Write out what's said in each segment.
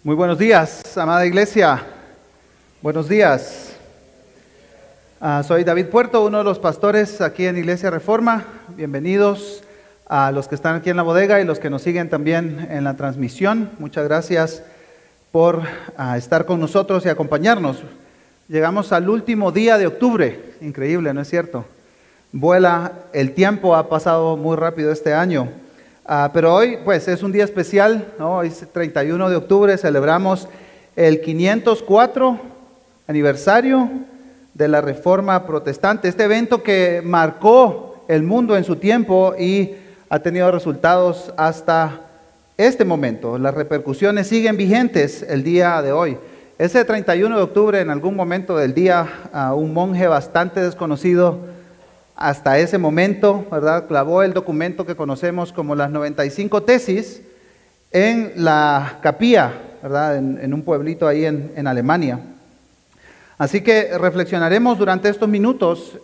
Muy buenos días, amada iglesia. Buenos días. Soy David Puerto, uno de los pastores aquí en Iglesia Reforma. Bienvenidos a los que están aquí en la bodega y los que nos siguen también en la transmisión. Muchas gracias por estar con nosotros y acompañarnos. Llegamos al último día de octubre. Increíble, ¿no es cierto? Vuela el tiempo, ha pasado muy rápido este año. Pero hoy pues es un día especial, ¿no? Hoy es 31 de octubre, celebramos el 504 aniversario de la Reforma Protestante, este evento que marcó el mundo en su tiempo y ha tenido resultados hasta este momento. Las repercusiones siguen vigentes el día de hoy. Ese 31 de octubre, en algún momento del día, un monje bastante desconocido hasta ese momento, ¿verdad?, clavó el documento que conocemos como las 95 tesis en la capilla, ¿verdad?, en un pueblito ahí en Alemania. Así que reflexionaremos durante estos minutos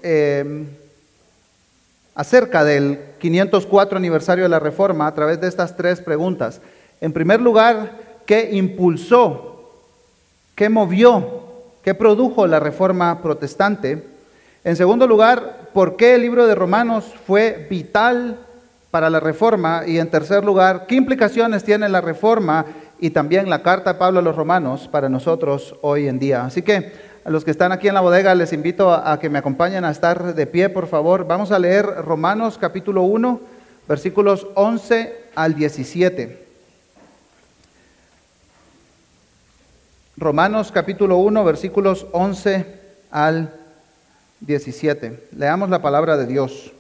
acerca del 504 aniversario de la Reforma a través de estas tres preguntas. En primer lugar, ¿qué impulsó, qué movió, qué produjo la Reforma Protestante? En segundo lugar, ¿por qué el libro de Romanos fue vital para la Reforma? Y en tercer lugar, ¿qué implicaciones tiene la Reforma y también la carta de Pablo a los Romanos para nosotros hoy en día? Así que a los que están aquí en la bodega les invito a que me acompañen a estar de pie, por favor. Vamos a leer Romanos capítulo 1, versículos 11 al 17. Romanos capítulo 1, versículos 11 al 17. Leamos la palabra de Dios.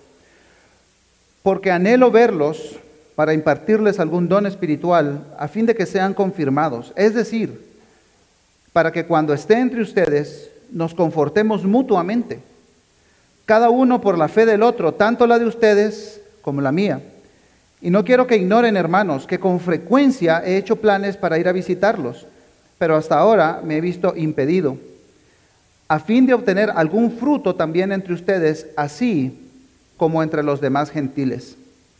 Porque anhelo verlos para impartirles algún don espiritual a fin de que sean confirmados, es decir, para que cuando esté entre ustedes nos confortemos mutuamente, cada uno por la fe del otro, tanto la de ustedes como la mía. Y no quiero que ignoren, hermanos, que con frecuencia he hecho planes para ir a visitarlos, pero hasta ahora me he visto impedido, a fin de obtener algún fruto también entre ustedes, así como entre los demás gentiles.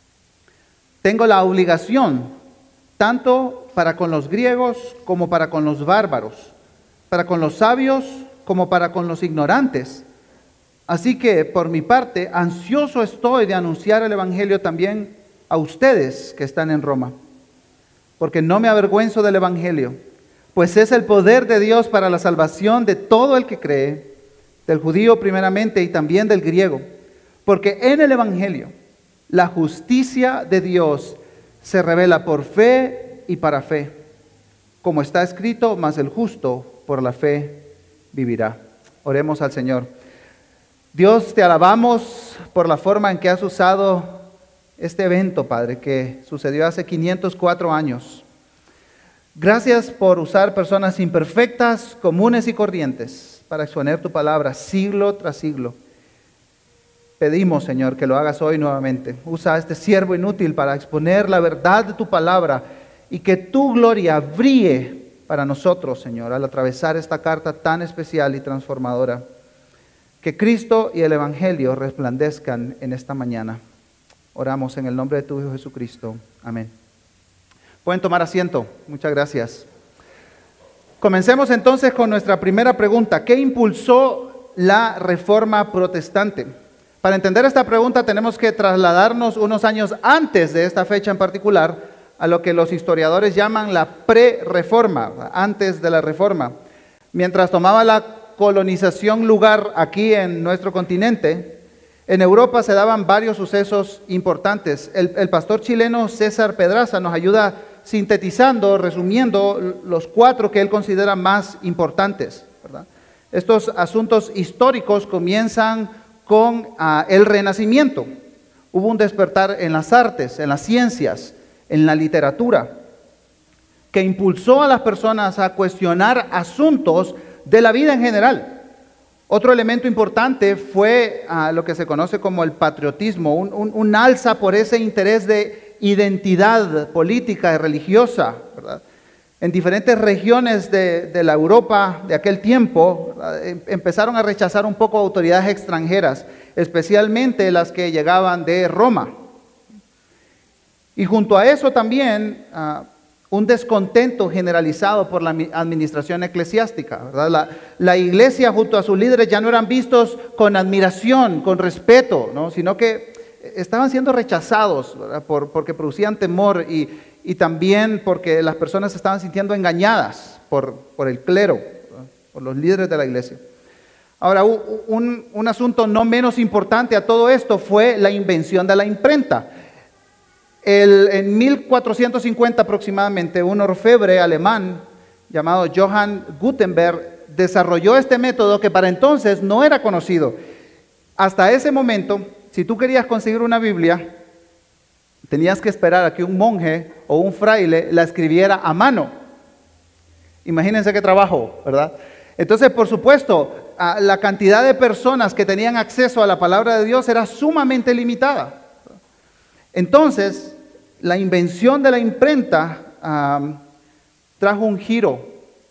Tengo la obligación, tanto para con los griegos como para con los bárbaros, para con los sabios como para con los ignorantes. Así que, por mi parte, ansioso estoy de anunciar el Evangelio también a ustedes que están en Roma, porque no me avergüenzo del Evangelio, pues es el poder de Dios para la salvación de todo el que cree, del judío primeramente y también del griego, porque en el Evangelio la justicia de Dios se revela por fe y para fe, como está escrito, mas el justo por la fe vivirá. Oremos al Señor. Dios, te alabamos por la forma en que has usado este evento, Padre, que sucedió hace 504 años. Gracias por usar personas imperfectas, comunes y corrientes para exponer tu palabra siglo tras siglo. Pedimos, Señor, que lo hagas hoy nuevamente. Usa a este siervo inútil para exponer la verdad de tu palabra y que tu gloria brille para nosotros, Señor, al atravesar esta carta tan especial y transformadora. Que Cristo y el Evangelio resplandezcan en esta mañana. Oramos en el nombre de tu Hijo Jesucristo. Amén. Pueden tomar asiento. Muchas gracias. Comencemos entonces con nuestra primera pregunta. ¿Qué impulsó la Reforma Protestante? Para entender esta pregunta tenemos que trasladarnos unos años antes de esta fecha en particular a lo que los historiadores llaman la pre-reforma, antes de la Reforma. Mientras tomaba la colonización lugar aquí en nuestro continente, en Europa se daban varios sucesos importantes. El pastor chileno César Pedraza nos ayuda sintetizando, resumiendo los cuatro que él considera más importantes, ¿verdad? Estos asuntos históricos comienzan con el Renacimiento. Hubo un despertar en las artes, en las ciencias, en la literatura, que impulsó a las personas a cuestionar asuntos de la vida en general. Otro elemento importante fue lo que se conoce como el patriotismo, un alza por ese interés de identidad política y religiosa, ¿verdad? En diferentes regiones de la Europa de aquel tiempo, empezaron a rechazar un poco autoridades extranjeras, especialmente las que llegaban de Roma. Y junto a eso también un descontento generalizado por la administración eclesiástica, ¿verdad? La iglesia junto a sus líderes ya no eran vistos con admiración, con respeto, ¿no? Sino que estaban siendo rechazados, ¿verdad? Porque producían temor y también porque las personas se estaban sintiendo engañadas por el clero, ¿verdad? Por los líderes de la iglesia. Ahora, un asunto no menos importante a todo esto fue la invención de la imprenta. En 1450 aproximadamente, un orfebre alemán llamado Johann Gutenberg desarrolló este método que para entonces no era conocido. Hasta ese momento, si tú querías conseguir una Biblia, tenías que esperar a que un monje o un fraile la escribiera a mano. Imagínense qué trabajo, ¿verdad? Entonces, por supuesto, la cantidad de personas que tenían acceso a la palabra de Dios era sumamente limitada. Entonces, la invención de la imprenta trajo un giro.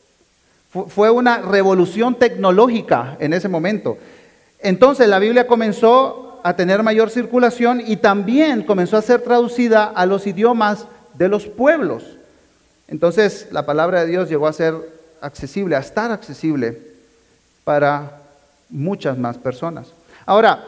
Fue una revolución tecnológica en ese momento. Entonces, la Biblia comenzó a tener mayor circulación y también comenzó a ser traducida a los idiomas de los pueblos. Entonces, la palabra de Dios llegó a ser accesible, a estar accesible para muchas más personas. Ahora,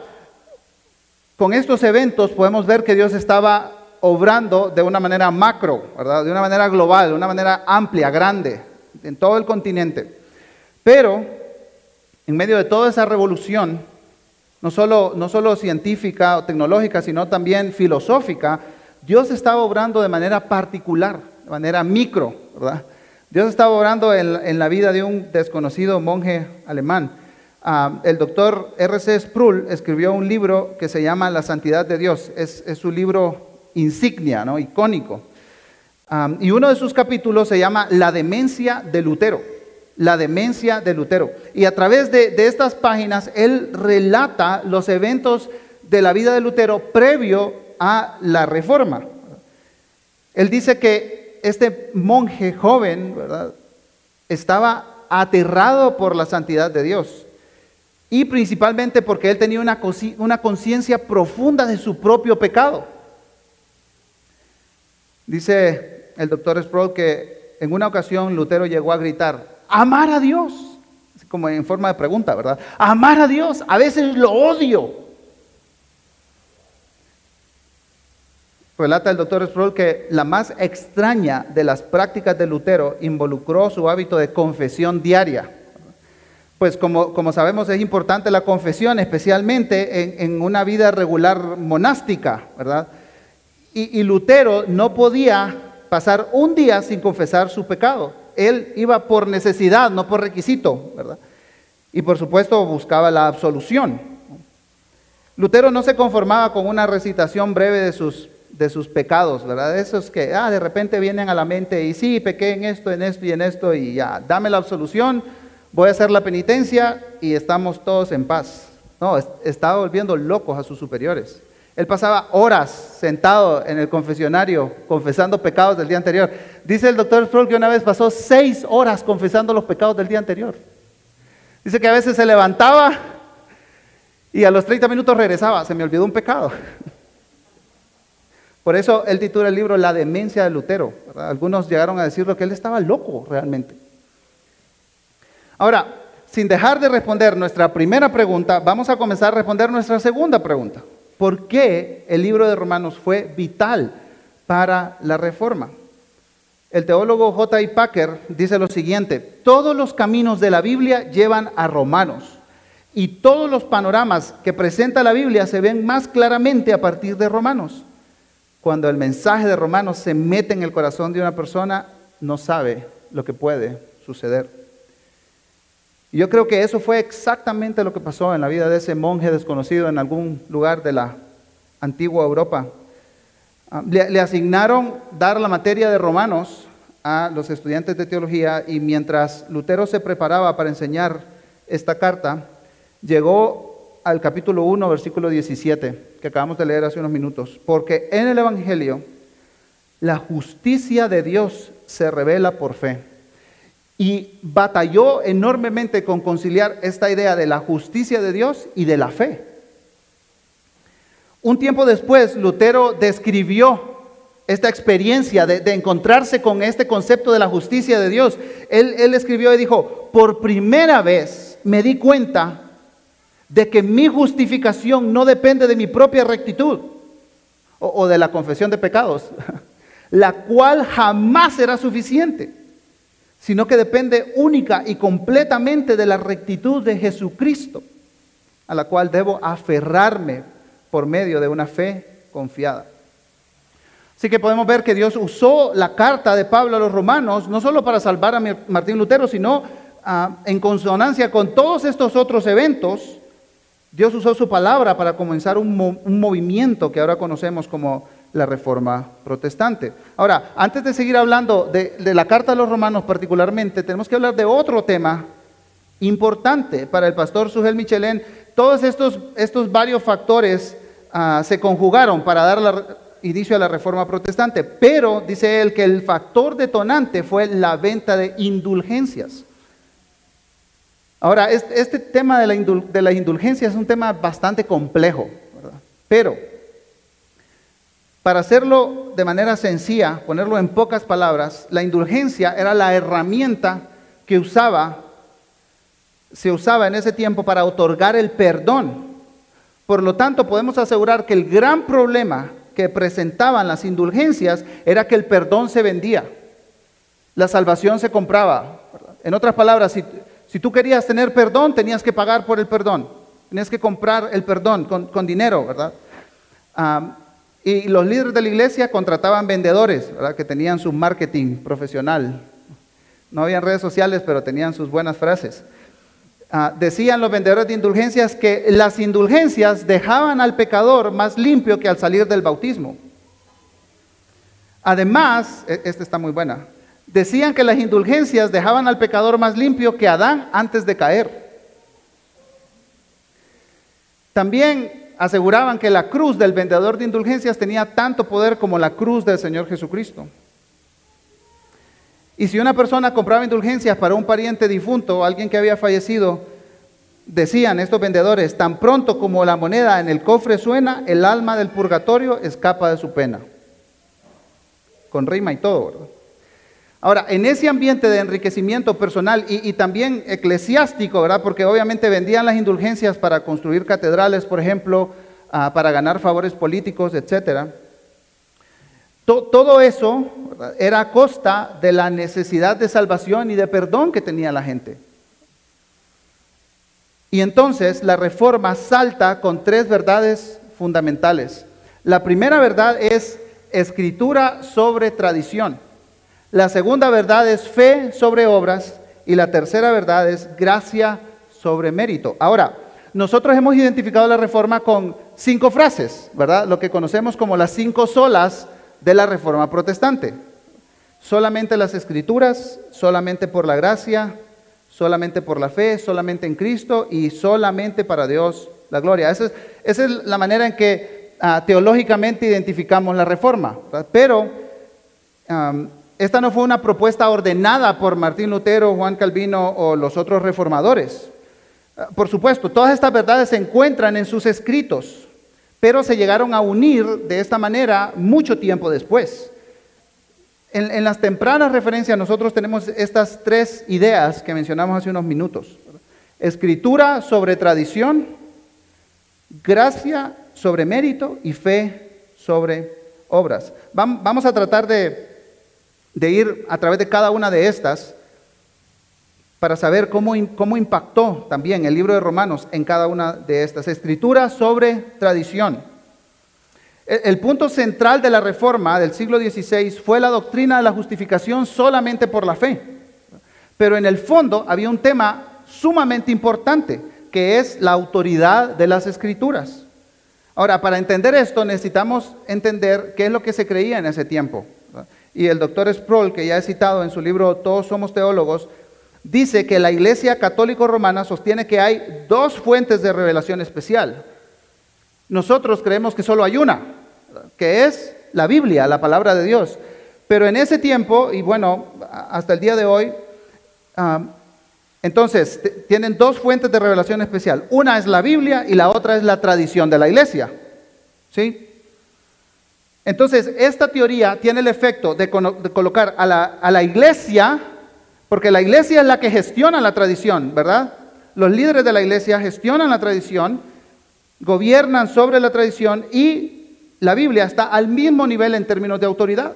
con estos eventos podemos ver que Dios estaba obrando de una manera macro, ¿verdad? De una manera global, de una manera amplia, grande, en todo el continente. Pero, en medio de toda esa revolución, no solo científica o tecnológica, sino también filosófica, Dios estaba obrando de manera particular, de manera micro, ¿verdad? Dios estaba obrando en la vida de un desconocido monje alemán. El doctor R.C. Sproul escribió un libro que se llama La Santidad de Dios. Es su libro insignia, ¿no? Icónico. Y uno de sus capítulos se llama La demencia de Lutero. La demencia de Lutero. Y a través de estas páginas, él relata los eventos de la vida de Lutero previo a la Reforma. Él dice que este monje joven, ¿verdad?, estaba aterrado por la santidad de Dios. Y principalmente porque él tenía una conciencia profunda de su propio pecado. Dice el doctor Sproul que en una ocasión Lutero llegó a gritar, amar a Dios, así como en forma de pregunta, ¿verdad? Amar a Dios, a veces lo odio. Relata el doctor Sproul que la más extraña de las prácticas de Lutero involucró su hábito de confesión diaria. Pues como sabemos es importante la confesión, especialmente en una vida regular monástica, ¿verdad? Y Lutero no podía pasar un día sin confesar su pecado. Él iba por necesidad, no por requisito, ¿verdad? Y por supuesto buscaba la absolución. Lutero no se conformaba con una recitación breve de sus pecados, ¿verdad? Esos que de repente vienen a la mente y sí, pequé en esto y en esto y ya, dame la absolución, voy a hacer la penitencia y estamos todos en paz. No, estaba volviendo locos a sus superiores. Él pasaba horas sentado en el confesionario confesando pecados del día anterior. Dice el doctor Sproul que una vez pasó 6 horas confesando los pecados del día anterior. Dice que a veces se levantaba y a los 30 minutos regresaba, se me olvidó un pecado. Por eso él titula el libro La demencia de Lutero, ¿verdad? Algunos llegaron a decirlo que él estaba loco realmente. Ahora, sin dejar de responder nuestra primera pregunta, vamos a comenzar a responder nuestra segunda pregunta. ¿Por qué el libro de Romanos fue vital para la Reforma? El teólogo J.I. Packer dice lo siguiente: todos los caminos de la Biblia llevan a Romanos y todos los panoramas que presenta la Biblia se ven más claramente a partir de Romanos. Cuando el mensaje de Romanos se mete en el corazón de una persona, no sabe lo que puede suceder. Y yo creo que eso fue exactamente lo que pasó en la vida de ese monje desconocido en algún lugar de la antigua Europa. Le asignaron dar la materia de Romanos a los estudiantes de teología y mientras Lutero se preparaba para enseñar esta carta, llegó al capítulo 1, versículo 17, que acabamos de leer hace unos minutos. Porque en el Evangelio la justicia de Dios se revela por fe. Y batalló enormemente con conciliar esta idea de la justicia de Dios y de la fe. Un tiempo después, Lutero describió esta experiencia de encontrarse con este concepto de la justicia de Dios. Él escribió y dijo, por primera vez me di cuenta de que mi justificación no depende de mi propia rectitud o de la confesión de pecados, la cual jamás será suficiente, sino que depende única y completamente de la rectitud de Jesucristo, a la cual debo aferrarme por medio de una fe confiada. Así que podemos ver que Dios usó la carta de Pablo a los romanos, no solo para salvar a Martín Lutero, sino en consonancia con todos estos otros eventos. Dios usó su palabra para comenzar un movimiento que ahora conocemos como la Reforma Protestante. Ahora, antes de seguir hablando de la carta a los romanos particularmente, tenemos que hablar de otro tema importante para el pastor Sugel Michelén. Todos estos varios factores se conjugaron para dar inicio a la Reforma Protestante, pero dice él que el factor detonante fue la venta de indulgencias. Ahora, este tema de la indulgencia es un tema bastante complejo, ¿verdad? Pero, para hacerlo de manera sencilla, ponerlo en pocas palabras, la indulgencia era la herramienta que se usaba en ese tiempo para otorgar el perdón. Por lo tanto, podemos asegurar que el gran problema que presentaban las indulgencias era que el perdón se vendía, la salvación se compraba, ¿verdad? En otras palabras, si tú querías tener perdón, tenías que pagar por el perdón. Tenías que comprar el perdón con dinero, ¿verdad? Y los líderes de la iglesia contrataban vendedores, ¿verdad? Que tenían su marketing profesional. No habían redes sociales, pero tenían sus buenas frases. Decían los vendedores de indulgencias que las indulgencias dejaban al pecador más limpio que al salir del bautismo. Además, esta está muy buena. Decían que las indulgencias dejaban al pecador más limpio que Adán antes de caer. También aseguraban que la cruz del vendedor de indulgencias tenía tanto poder como la cruz del Señor Jesucristo. Y si una persona compraba indulgencias para un pariente difunto o alguien que había fallecido, decían estos vendedores, tan pronto como la moneda en el cofre suena, el alma del purgatorio escapa de su pena. Con rima y todo, ¿verdad? Ahora, en ese ambiente de enriquecimiento personal y también eclesiástico, ¿verdad? Porque obviamente vendían las indulgencias para construir catedrales, por ejemplo, para ganar favores políticos, etcétera. Todo eso, ¿verdad?, era a costa de la necesidad de salvación y de perdón que tenía la gente. Y entonces la Reforma salta con tres verdades fundamentales. La primera verdad es escritura sobre tradición. La segunda verdad es fe sobre obras. Y la tercera verdad es gracia sobre mérito. Ahora, nosotros hemos identificado la Reforma con 5 frases, ¿verdad? Lo que conocemos como las 5 solas de la Reforma Protestante. Solamente las Escrituras, solamente por la gracia, solamente por la fe, solamente en Cristo y solamente para Dios la gloria. Esa es la manera en que teológicamente identificamos la Reforma, ¿verdad? Pero esta no fue una propuesta ordenada por Martín Lutero, Juan Calvino o los otros reformadores. Por supuesto, todas estas verdades se encuentran en sus escritos, pero se llegaron a unir de esta manera mucho tiempo después. En las tempranas referencias nosotros tenemos estas 3 ideas que mencionamos hace unos minutos. Escritura sobre tradición, gracia sobre mérito y fe sobre obras. Vamos a tratar de ir a través de cada una de estas para saber cómo impactó también el libro de Romanos en cada una de estas. Escritura sobre tradición. El punto central de la Reforma del siglo XVI fue la doctrina de la justificación solamente por la fe. Pero en el fondo había un tema sumamente importante, que es la autoridad de las Escrituras. Ahora, para entender esto necesitamos entender qué es lo que se creía en ese tiempo. Y el doctor Sproul, que ya he citado en su libro Todos somos teólogos, dice que la Iglesia Católica Romana sostiene que hay 2 fuentes de revelación especial. Nosotros creemos que solo hay una, que es la Biblia, la palabra de Dios. Pero en ese tiempo, y bueno, hasta el día de hoy, entonces tienen 2 fuentes de revelación especial. Una es la Biblia y la otra es la tradición de la Iglesia. ¿Sí? Entonces, esta teoría tiene el efecto de colocar a la iglesia, porque la iglesia es la que gestiona la tradición, ¿verdad? Los líderes de la iglesia gestionan la tradición, gobiernan sobre la tradición y la Biblia está al mismo nivel en términos de autoridad.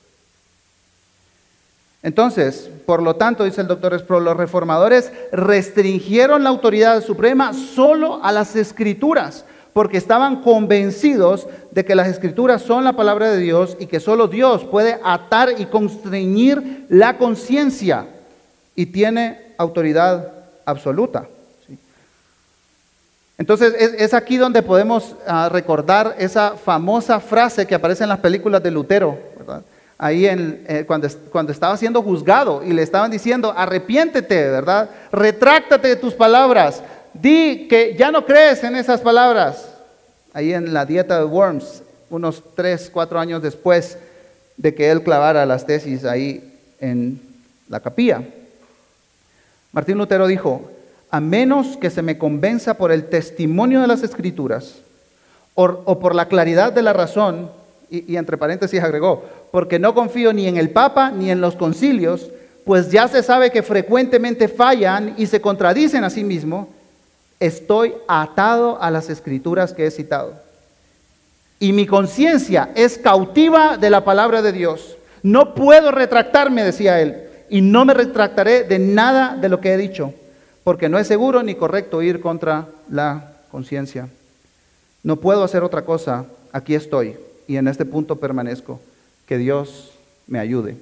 Entonces, por lo tanto, dice el doctor Sproul, los reformadores restringieron la autoridad suprema solo a las Escrituras, porque estaban convencidos de que las Escrituras son la palabra de Dios y que solo Dios puede atar y constreñir la conciencia y tiene autoridad absoluta. ¿Sí? Entonces es aquí donde podemos recordar esa famosa frase que aparece en las películas de Lutero, ¿verdad? Ahí cuando estaba siendo juzgado y le estaban diciendo, arrepiéntete, ¿verdad? Retráctate de tus palabras, di que ya no crees en esas palabras. Ahí en la dieta de Worms, unos 3, 4 años después de que él clavara las tesis ahí en la capilla. Martín Lutero dijo, a menos que se me convenza por el testimonio de las Escrituras o por la claridad de la razón, y entre paréntesis agregó, porque no confío ni en el Papa ni en los concilios, pues ya se sabe que frecuentemente fallan y se contradicen a sí mismos, estoy atado a las Escrituras que he citado. Y mi conciencia es cautiva de la palabra de Dios. No puedo retractarme, decía él, y no me retractaré de nada de lo que he dicho, porque no es seguro ni correcto ir contra la conciencia. No puedo hacer otra cosa, aquí estoy, y en este punto permanezco. Que Dios me ayude.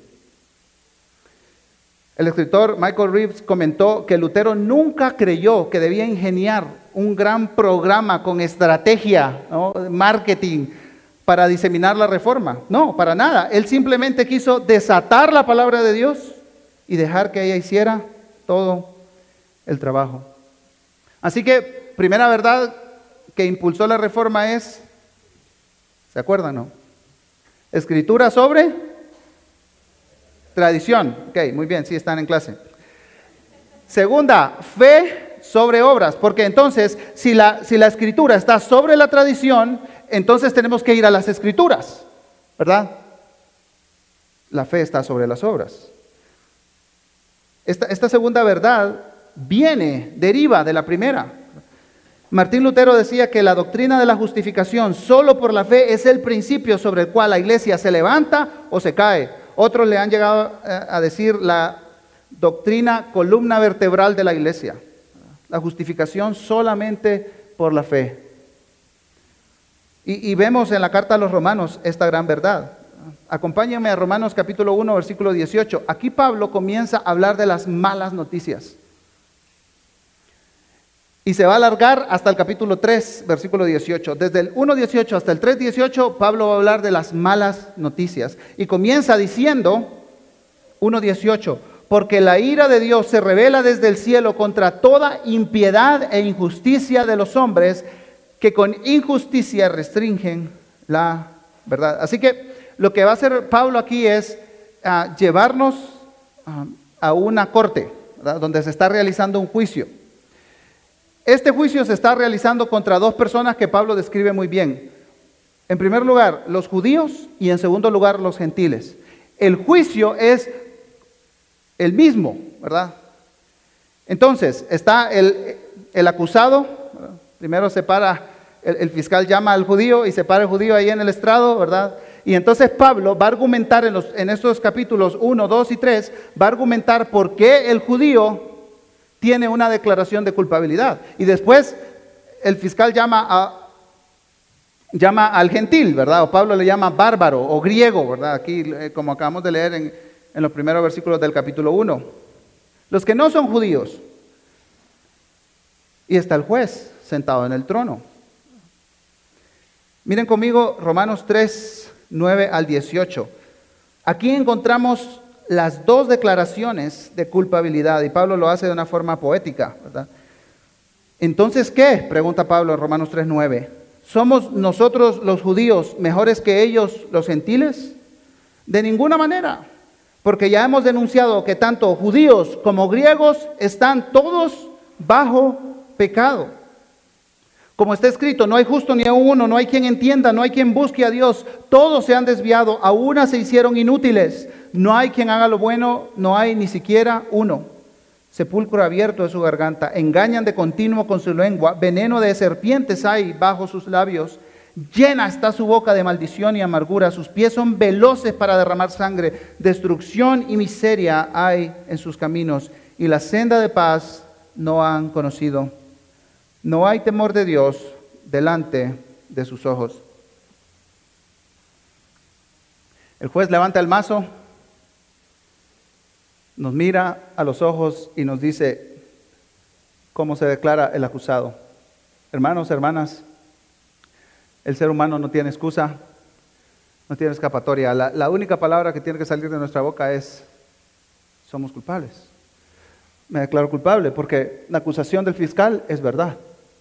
El escritor Michael Reeves comentó que Lutero nunca creyó que debía ingeniar un gran programa con estrategia, ¿no? Marketing para diseminar la reforma. No, para nada. Él simplemente quiso desatar la palabra de Dios y dejar que ella hiciera todo el trabajo. Así que, primera verdad que impulsó la reforma es, ¿se acuerdan, no? Escritura sobre tradición. Ok, muy bien, sí están en clase. Segunda, fe sobre obras, porque entonces si la escritura está sobre la tradición, entonces tenemos que ir a las escrituras, ¿verdad? La fe está sobre las obras. Esta segunda verdad deriva de la primera. Martín Lutero decía que la doctrina de la justificación solo por la fe es el principio sobre el cual la iglesia se levanta o se cae. Otros le han llegado a decir la doctrina columna vertebral de la iglesia. La justificación solamente por la fe. Y vemos en la carta a los Romanos esta gran verdad. Acompáñenme a Romanos capítulo 1, versículo 18. Aquí Pablo comienza a hablar de las malas noticias. Y se va a alargar hasta el capítulo 3, versículo 18. Desde el 1:18 hasta el 3:18, Pablo va a hablar de las malas noticias. Y comienza diciendo, 1:18, porque la ira de Dios se revela desde el cielo contra toda impiedad e injusticia de los hombres que con injusticia restringen la verdad. Así que lo que va a hacer Pablo aquí es llevarnos a una corte, ¿verdad? Donde se está realizando un juicio. Este juicio se está realizando contra dos personas que Pablo describe muy bien. En primer lugar, los judíos y en segundo lugar, los gentiles. El juicio es el mismo, ¿verdad? Entonces, está el acusado, ¿verdad? Primero se para, el fiscal llama al judío y se para el judío ahí en el estrado, ¿verdad? Y entonces Pablo va a argumentar en estos capítulos 1, 2 y 3, va a argumentar por qué el judío tiene una declaración de culpabilidad. Y después el fiscal llama al gentil, ¿verdad? O Pablo le llama bárbaro o griego, ¿verdad? Aquí, como acabamos de leer en los primeros versículos del capítulo 1. Los que no son judíos. Y está el juez sentado en el trono. Miren conmigo Romanos 3, 9 al 18. Aquí encontramos las dos declaraciones de culpabilidad, y Pablo lo hace de una forma poética, ¿verdad? Entonces, ¿qué? Pregunta Pablo en Romanos 3:9. ¿Somos nosotros los judíos mejores que ellos los gentiles? De ninguna manera, porque ya hemos denunciado que tanto judíos como griegos están todos bajo pecado. Como está escrito, no hay justo ni aun uno, no hay quien entienda, no hay quien busque a Dios. Todos se han desviado, a una se hicieron inútiles. No hay quien haga lo bueno, no hay ni siquiera uno. Sepulcro abierto es su garganta, engañan de continuo con su lengua, veneno de serpientes hay bajo sus labios. Llena está su boca de maldición y amargura, sus pies son veloces para derramar sangre. Destrucción y miseria hay en sus caminos, y la senda de paz no han conocido. No hay temor de Dios delante de sus ojos. El juez levanta el mazo, nos mira a los ojos y nos dice cómo se declara el acusado. Hermanos, hermanas, el ser humano no tiene excusa, no tiene escapatoria. La única palabra que tiene que salir de nuestra boca es: somos culpables. Me declaro culpable porque la acusación del fiscal es verdad.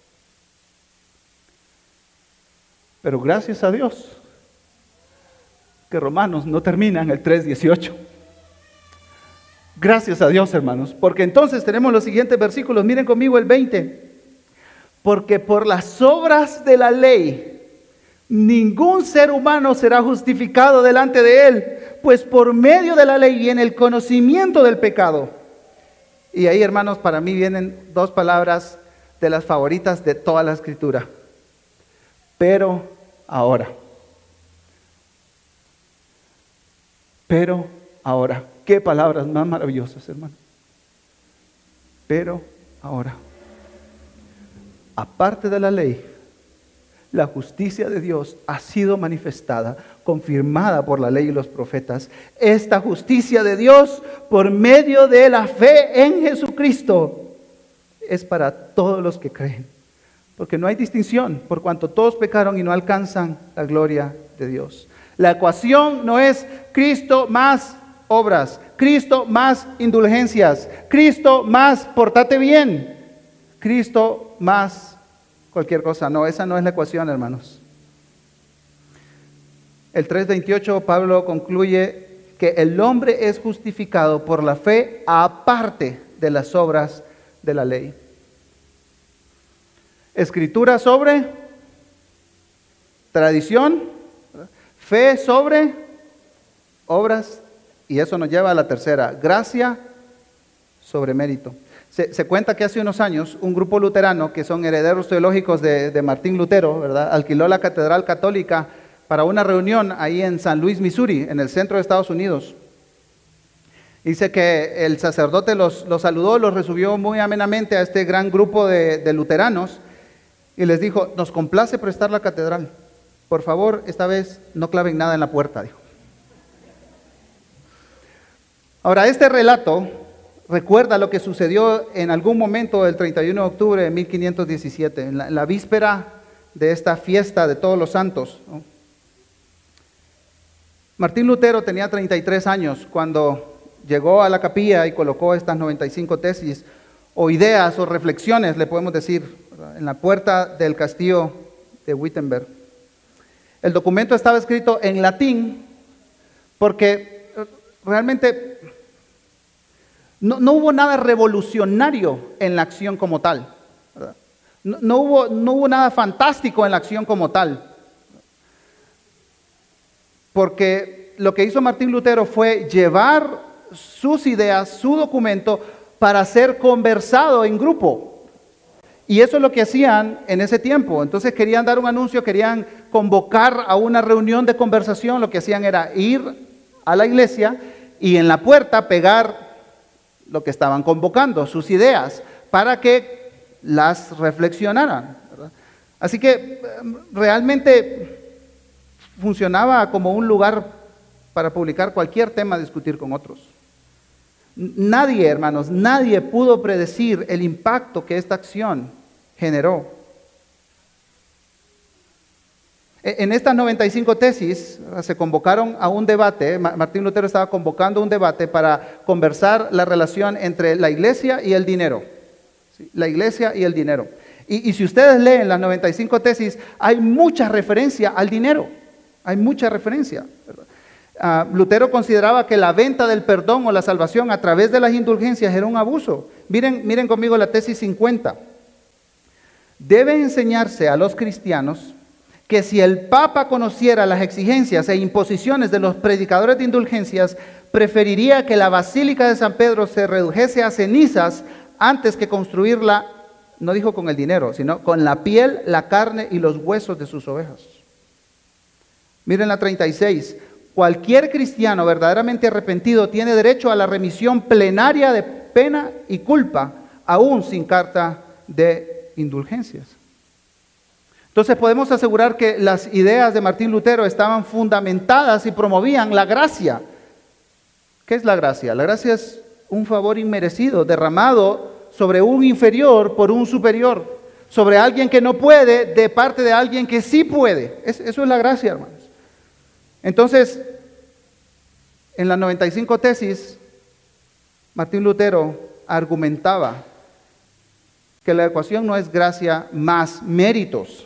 Pero gracias a Dios que Romanos no termina en el 3:18. Gracias a Dios, hermanos, porque entonces tenemos los siguientes versículos. Miren conmigo el 20. Porque por las obras de la ley ningún ser humano será justificado delante de él, pues por medio de la ley viene el conocimiento del pecado. Y ahí, hermanos, para mí vienen dos palabras de las favoritas de toda la Escritura. Pero ahora. Pero ahora. Qué palabras más maravillosas, hermano. Pero ahora. Aparte de la ley, la justicia de Dios ha sido manifestada, confirmada por la ley y los profetas. Esta justicia de Dios, por medio de la fe en Jesucristo, es para todos los que creen. Porque no hay distinción, por cuanto todos pecaron y no alcanzan la gloria de Dios. La ecuación no es Cristo más obras, Cristo más indulgencias, Cristo más portate bien, Cristo más cualquier cosa. No, esa no es la ecuación, hermanos. El 3:28, Pablo concluye que el hombre es justificado por la fe aparte de las obras de la ley. Escritura sobre tradición, fe sobre obras, y eso nos lleva a la tercera, gracia sobre mérito. Se cuenta que hace unos años un grupo luterano, que son herederos teológicos de Martín Lutero, ¿verdad?, alquiló la Catedral Católica para una reunión ahí en San Luis, Missouri, en el centro de Estados Unidos. Dice que el sacerdote los saludó, los recibió muy amenamente a este gran grupo de luteranos y les dijo: nos complace prestar la catedral. Por favor, esta vez no claven nada en la puerta, dijo. Ahora, este relato recuerda lo que sucedió en algún momento el 31 de octubre de 1517, en la víspera de esta fiesta de todos los santos, ¿no? Martín Lutero tenía 33 años cuando llegó a la capilla y colocó estas 95 tesis o ideas o reflexiones, le podemos decir, ¿verdad?, en la puerta del castillo de Wittenberg. El documento estaba escrito en latín porque realmente no hubo nada revolucionario en la acción como tal, ¿verdad? No hubo nada fantástico en la acción como tal. Porque lo que hizo Martín Lutero fue llevar sus ideas, su documento, para ser conversado en grupo. Y eso es lo que hacían en ese tiempo. Entonces querían dar un anuncio, querían convocar a una reunión de conversación. Lo que hacían era ir a la iglesia y en la puerta pegar lo que estaban convocando, sus ideas, para que las reflexionaran, ¿verdad? Así que realmente funcionaba como un lugar para publicar cualquier tema, discutir con otros. Nadie, hermanos, nadie pudo predecir el impacto que esta acción generó. En estas 95 tesis se convocaron a un debate. Martín Lutero estaba convocando un debate para conversar la relación entre la iglesia y el dinero. ¿Sí? La iglesia y el dinero. Y si ustedes leen las 95 tesis, hay mucha referencia al dinero. Hay mucha referencia, ¿verdad? Lutero consideraba que la venta del perdón o la salvación a través de las indulgencias era un abuso. Miren conmigo la tesis 50. Debe enseñarse a los cristianos que si el Papa conociera las exigencias e imposiciones de los predicadores de indulgencias, preferiría que la Basílica de San Pedro se redujese a cenizas antes que construirla, no dijo con el dinero, sino con la piel, la carne y los huesos de sus ovejas. Miren la 36. Cualquier cristiano verdaderamente arrepentido tiene derecho a la remisión plenaria de pena y culpa, aún sin carta de indulgencias. Entonces podemos asegurar que las ideas de Martín Lutero estaban fundamentadas y promovían la gracia. ¿Qué es la gracia? La gracia es un favor inmerecido, derramado sobre un inferior por un superior, sobre alguien que no puede, de parte de alguien que sí puede. Eso es la gracia, hermanos. Entonces, en las 95 tesis, Martín Lutero argumentaba que la ecuación no es gracia más méritos.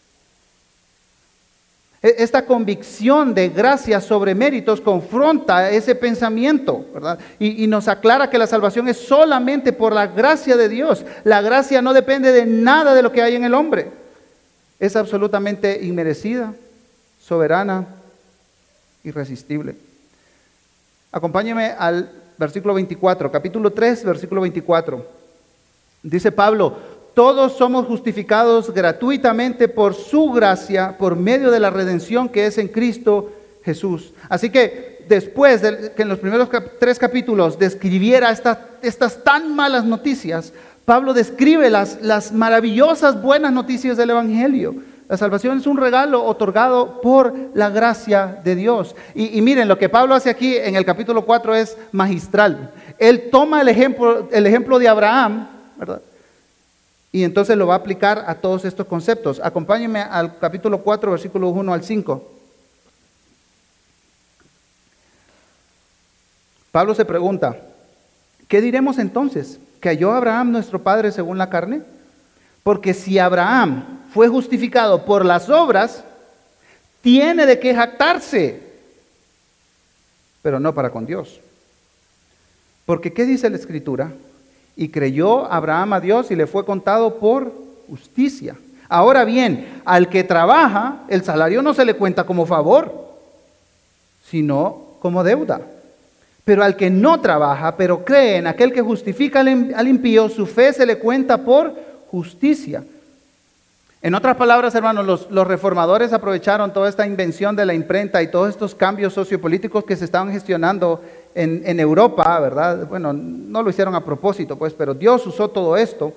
Esta convicción de gracia sobre méritos confronta ese pensamiento, ¿verdad? Y nos aclara que la salvación es solamente por la gracia de Dios. La gracia no depende de nada de lo que hay en el hombre. Es absolutamente inmerecida, soberana, irresistible. Acompáñeme al versículo 24, capítulo 3, versículo 24. Dice Pablo: todos somos justificados gratuitamente por su gracia, por medio de la redención que es en Cristo Jesús. Así que después de que en los primeros 3 capítulos describiera estas tan malas noticias, Pablo describe las maravillosas buenas noticias del Evangelio. La salvación es un regalo otorgado por la gracia de Dios. Y miren, lo que Pablo hace aquí en el capítulo 4 es magistral. Él toma el ejemplo de Abraham, ¿verdad? Y entonces lo va a aplicar a todos estos conceptos. Acompáñenme al capítulo 4, versículos 1 al 5. Pablo se pregunta: ¿qué diremos entonces? ¿Que halló Abraham nuestro padre según la carne? Porque si Abraham fue justificado por las obras, tiene de qué jactarse, pero no para con Dios. Porque ¿qué dice la Escritura? Y creyó Abraham a Dios y le fue contado por justicia. Ahora bien, al que trabaja, el salario no se le cuenta como favor, sino como deuda. Pero al que no trabaja, pero cree en aquel que justifica al impío, su fe se le cuenta por justicia. En otras palabras, hermanos, los reformadores aprovecharon toda esta invención de la imprenta y todos estos cambios sociopolíticos que se estaban gestionando en Europa, ¿verdad? Bueno, no lo hicieron a propósito, pues, pero Dios usó todo esto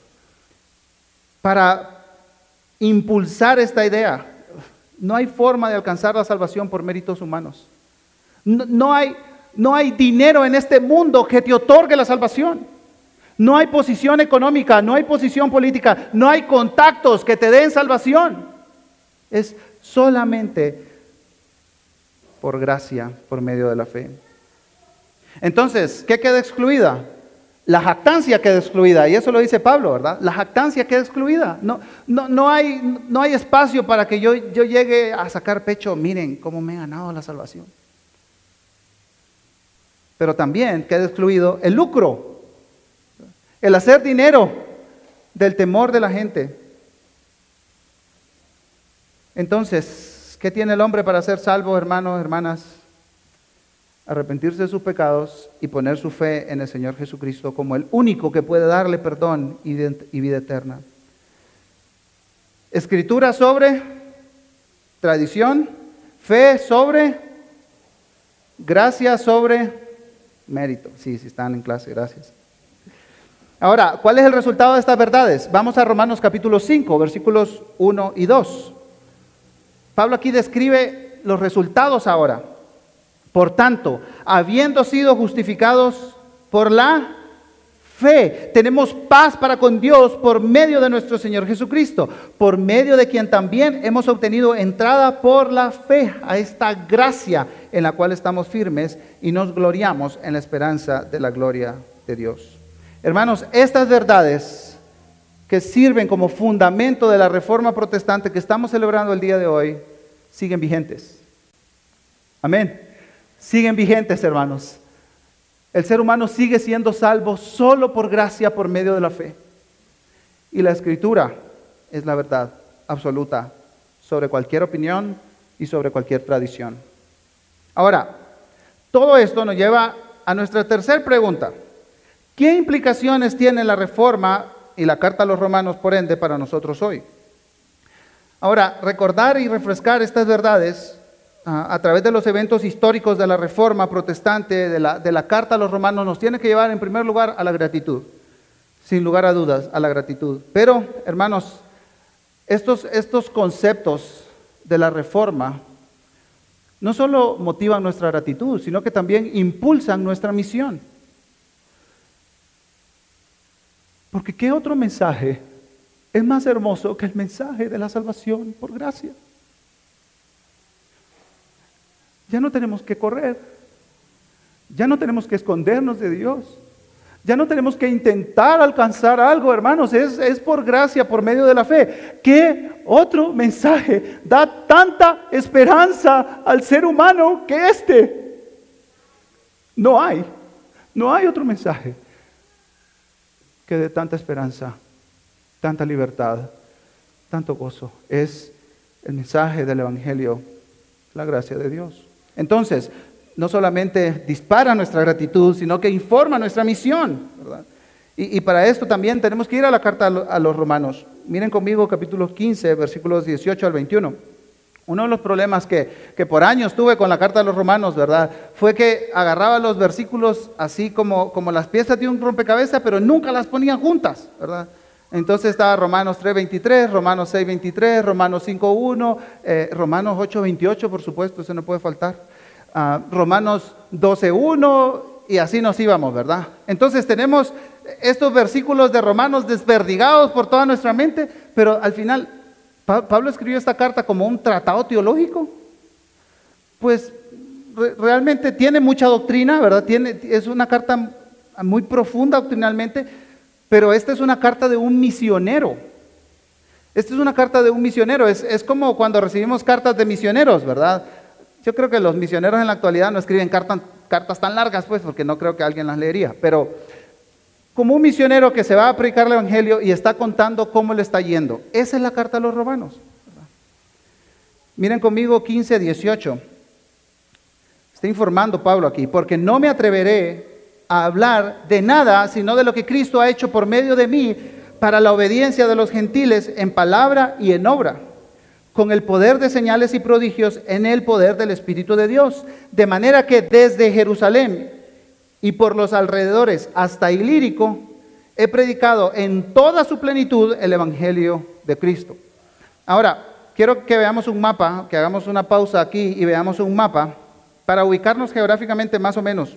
para impulsar esta idea. No hay forma de alcanzar la salvación por méritos humanos. No hay dinero en este mundo que te otorgue la salvación. No hay posición económica, no hay posición política, no hay contactos que te den salvación. Es solamente por gracia, por medio de la fe. Entonces, ¿qué queda excluida? La jactancia queda excluida, y eso lo dice Pablo, ¿verdad? La jactancia queda excluida. No hay espacio para que yo llegue a sacar pecho. Miren cómo me he ganado la salvación. Pero también queda excluido el lucro. El hacer dinero del temor de la gente. Entonces, ¿qué tiene el hombre para ser salvo, hermanos, hermanas? Arrepentirse de sus pecados y poner su fe en el Señor Jesucristo como el único que puede darle perdón y vida eterna. Escritura sobre tradición, fe sobre gracia sobre mérito. Sí, están en clase, gracias. Ahora, ¿cuál es el resultado de estas verdades? Vamos a Romanos capítulo 5, versículos 1 y 2. Pablo aquí describe los resultados ahora. Por tanto, habiendo sido justificados por la fe, tenemos paz para con Dios por medio de nuestro Señor Jesucristo, por medio de quien también hemos obtenido entrada por la fe a esta gracia en la cual estamos firmes y nos gloriamos en la esperanza de la gloria de Dios. Hermanos, estas verdades que sirven como fundamento de la reforma protestante que estamos celebrando el día de hoy, siguen vigentes. Amén. Siguen vigentes, hermanos. El ser humano sigue siendo salvo solo por gracia, por medio de la fe. Y la Escritura es la verdad absoluta sobre cualquier opinión y sobre cualquier tradición. Ahora, todo esto nos lleva a nuestra tercera pregunta. ¿Qué implicaciones tiene la Reforma y la Carta a los Romanos, por ende, para nosotros hoy? Ahora, recordar y refrescar estas verdades a través de los eventos históricos de la Reforma protestante, de la Carta a los Romanos, nos tiene que llevar en primer lugar a la gratitud, sin lugar a dudas, a la gratitud. Pero, hermanos, estos conceptos de la Reforma no solo motivan nuestra gratitud, sino que también impulsan nuestra misión. Porque ¿qué otro mensaje es más hermoso que el mensaje de la salvación por gracia? Ya no tenemos que correr, ya no tenemos que escondernos de Dios, ya no tenemos que intentar alcanzar algo, hermanos, es por gracia, por medio de la fe. ¿Qué otro mensaje da tanta esperanza al ser humano que este? No hay otro mensaje que dé tanta esperanza, tanta libertad, tanto gozo. Es el mensaje del Evangelio, la gracia de Dios. Entonces, no solamente dispara nuestra gratitud, sino que informa nuestra misión, ¿verdad? Y para esto también tenemos que ir a la carta a los Romanos. Miren conmigo capítulo 15, versículos 18 al 21. Uno de los problemas que por años tuve con la carta a los Romanos, ¿verdad?, fue que agarraba los versículos así como las piezas de un rompecabezas, pero nunca las ponía juntas, ¿verdad? Entonces estaba Romanos 3:23, Romanos 6:23, Romanos 5:1, Romanos 8:28, por supuesto, eso no puede faltar. Romanos 12:1, y así nos íbamos, ¿verdad? Entonces tenemos estos versículos de Romanos desperdigados por toda nuestra mente, pero al final Pablo escribió esta carta como un tratado teológico. Pues realmente tiene mucha doctrina, ¿verdad? Es una carta muy profunda doctrinalmente, pero esta es una carta de un misionero. Esta es una carta de un misionero, es como cuando recibimos cartas de misioneros, ¿verdad? Yo creo que los misioneros en la actualidad no escriben cartas tan largas, pues, porque no creo que alguien las leería, pero como un misionero que se va a predicar el Evangelio y está contando cómo le está yendo. Esa es la carta a los Romanos, ¿verdad? Miren conmigo 15:18. Está informando Pablo aquí, porque no me atreveré a hablar de nada, sino de lo que Cristo ha hecho por medio de mí para la obediencia de los gentiles en palabra y en obra, con el poder de señales y prodigios en el poder del Espíritu de Dios, de manera que desde Jerusalén y por los alrededores hasta Ilírico he predicado en toda su plenitud el Evangelio de Cristo. Ahora, quiero que veamos un mapa, que hagamos una pausa aquí y veamos un mapa para ubicarnos geográficamente más o menos.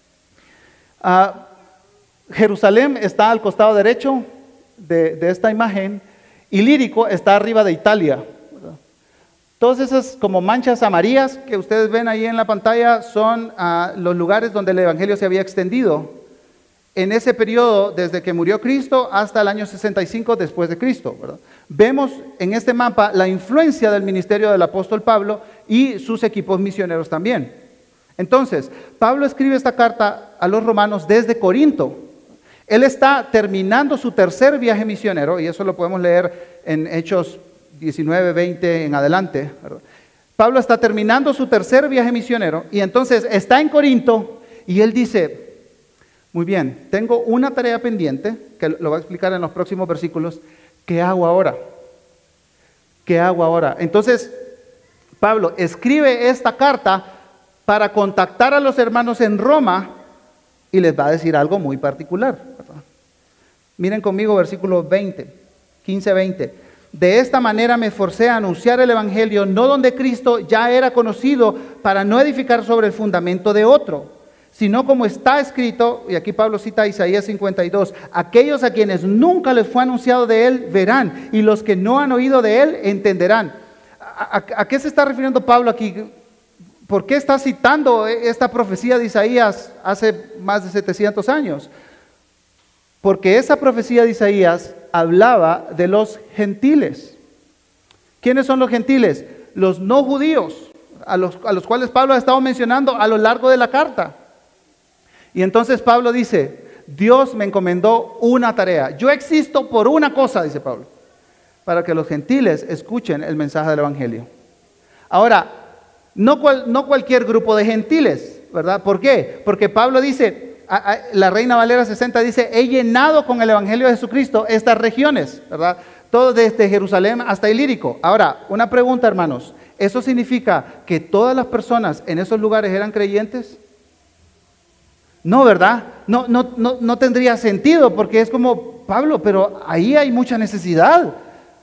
Jerusalén está al costado derecho de esta imagen, Ilírico está arriba de Italia. Todas esas como manchas amarillas que ustedes ven ahí en la pantalla son los lugares donde el Evangelio se había extendido en ese periodo desde que murió Cristo hasta el año 65 después de Cristo, ¿verdad? Vemos en este mapa la influencia del ministerio del apóstol Pablo y sus equipos misioneros también. Entonces, Pablo escribe esta carta a los romanos desde Corinto. Él está terminando su tercer viaje misionero, y eso lo podemos leer en Hechos 19, 20 en adelante, ¿verdad? Pablo está terminando su tercer viaje misionero y entonces está en Corinto y él dice, muy bien, tengo una tarea pendiente, que lo va a explicar en los próximos versículos. ¿Qué hago ahora? ¿Qué hago ahora? Entonces, Pablo escribe esta carta para contactar a los hermanos en Roma y les va a decir algo muy particular, ¿verdad? Miren conmigo versículo 20, 15-20. De esta manera me esforcé a anunciar el Evangelio, no donde Cristo ya era conocido, para no edificar sobre el fundamento de otro, sino como está escrito, y aquí Pablo cita Isaías 52, aquellos a quienes nunca les fue anunciado de él verán, y los que no han oído de él entenderán. ¿A qué se está refiriendo Pablo aquí? ¿Por qué está citando esta profecía de Isaías hace más de 700 años? Porque esa profecía de Isaías hablaba de los gentiles. ¿Quiénes son los gentiles? Los no judíos, a los cuales Pablo ha estado mencionando a lo largo de la carta. Y entonces Pablo dice, Dios me encomendó una tarea. Yo existo por una cosa, dice Pablo. para que los gentiles escuchen el mensaje del Evangelio. Ahora, no cualquier grupo de gentiles, ¿verdad? ¿Por qué? Porque Pablo dice, la Reina Valera 60 dice, he llenado con el Evangelio de Jesucristo estas regiones, ¿verdad? Todo desde Jerusalén hasta Ilírico. Ahora, una pregunta, hermanos. ¿Eso significa que todas las personas en esos lugares eran creyentes? No, ¿verdad? No tendría sentido, porque es como, Pablo, pero ahí hay mucha necesidad.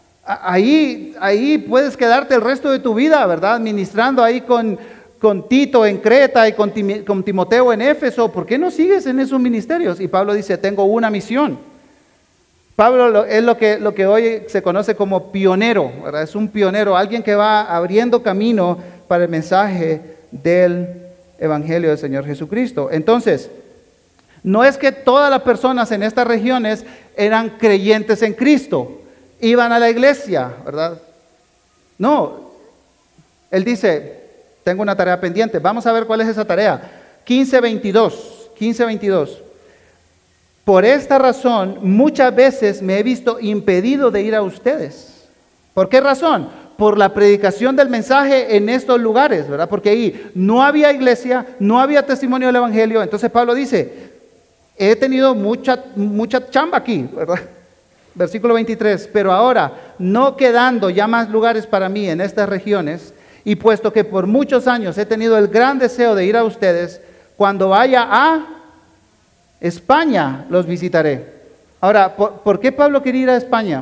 Ahí puedes quedarte el resto de tu vida, ¿verdad? Ministrando ahí con Tito en Creta y con Timoteo en Éfeso. ¿Por qué no sigues en esos ministerios? Y Pablo dice, tengo una misión. Pablo es lo que hoy se conoce como pionero, ¿verdad? Es un pionero, alguien que va abriendo camino para el mensaje del Evangelio del Señor Jesucristo. Entonces, no es que todas las personas en estas regiones eran creyentes en Cristo, iban a la iglesia, ¿verdad? No, él dice, tengo una tarea pendiente. Vamos a ver cuál es esa tarea. 15:22. Por esta razón, muchas veces me he visto impedido de ir a ustedes. ¿Por qué razón? Por la predicación del mensaje en estos lugares, ¿verdad? Porque ahí no había iglesia, no había testimonio del Evangelio. Entonces Pablo dice, he tenido mucha chamba aquí, ¿verdad? Versículo 23, pero ahora, no quedando ya más lugares para mí en estas regiones, y puesto que por muchos años he tenido el gran deseo de ir a ustedes, cuando vaya a España los visitaré. Ahora, ¿por qué Pablo quería ir a España?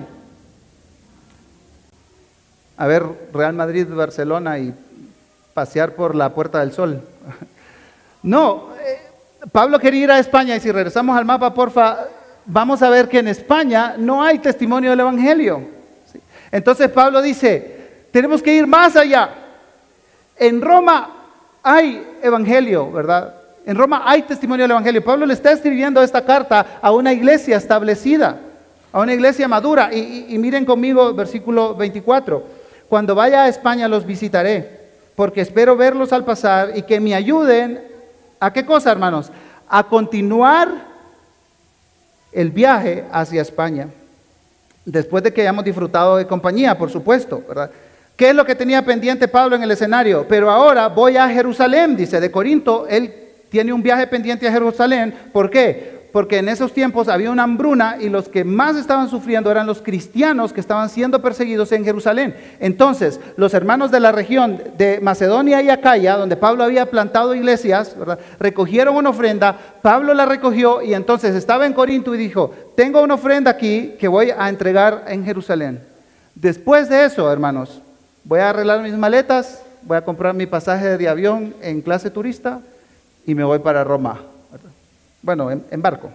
A ver Real Madrid, Barcelona y pasear por la Puerta del Sol. No, Pablo quería ir a España, y si regresamos al mapa, porfa, vamos a ver que en España no hay testimonio del Evangelio. Entonces Pablo dice, tenemos que ir más allá. En Roma hay Evangelio, ¿verdad? En Roma hay testimonio del Evangelio. Pablo le está escribiendo esta carta a una iglesia establecida, a una iglesia madura. Y miren conmigo versículo 24. Cuando vaya a España los visitaré, porque espero verlos al pasar y que me ayuden. ¿A qué cosa, hermanos? A continuar el viaje hacia España. Después de que hayamos disfrutado de compañía, por supuesto, ¿verdad? ¿Qué es lo que tenía pendiente Pablo en el escenario? Pero ahora voy a Jerusalén, dice, de Corinto, él tiene un viaje pendiente a Jerusalén. ¿Por qué? Porque en esos tiempos había una hambruna y los que más estaban sufriendo eran los cristianos que estaban siendo perseguidos en Jerusalén. Entonces, los hermanos de la región de Macedonia y Acaya, donde Pablo había plantado iglesias, ¿verdad?, recogieron una ofrenda. Pablo la recogió y entonces estaba en Corinto y dijo, tengo una ofrenda aquí que voy a entregar en Jerusalén. Después de eso, hermanos, voy a arreglar mis maletas, voy a comprar mi pasaje de avión en clase turista y me voy para Roma. Bueno, en barco.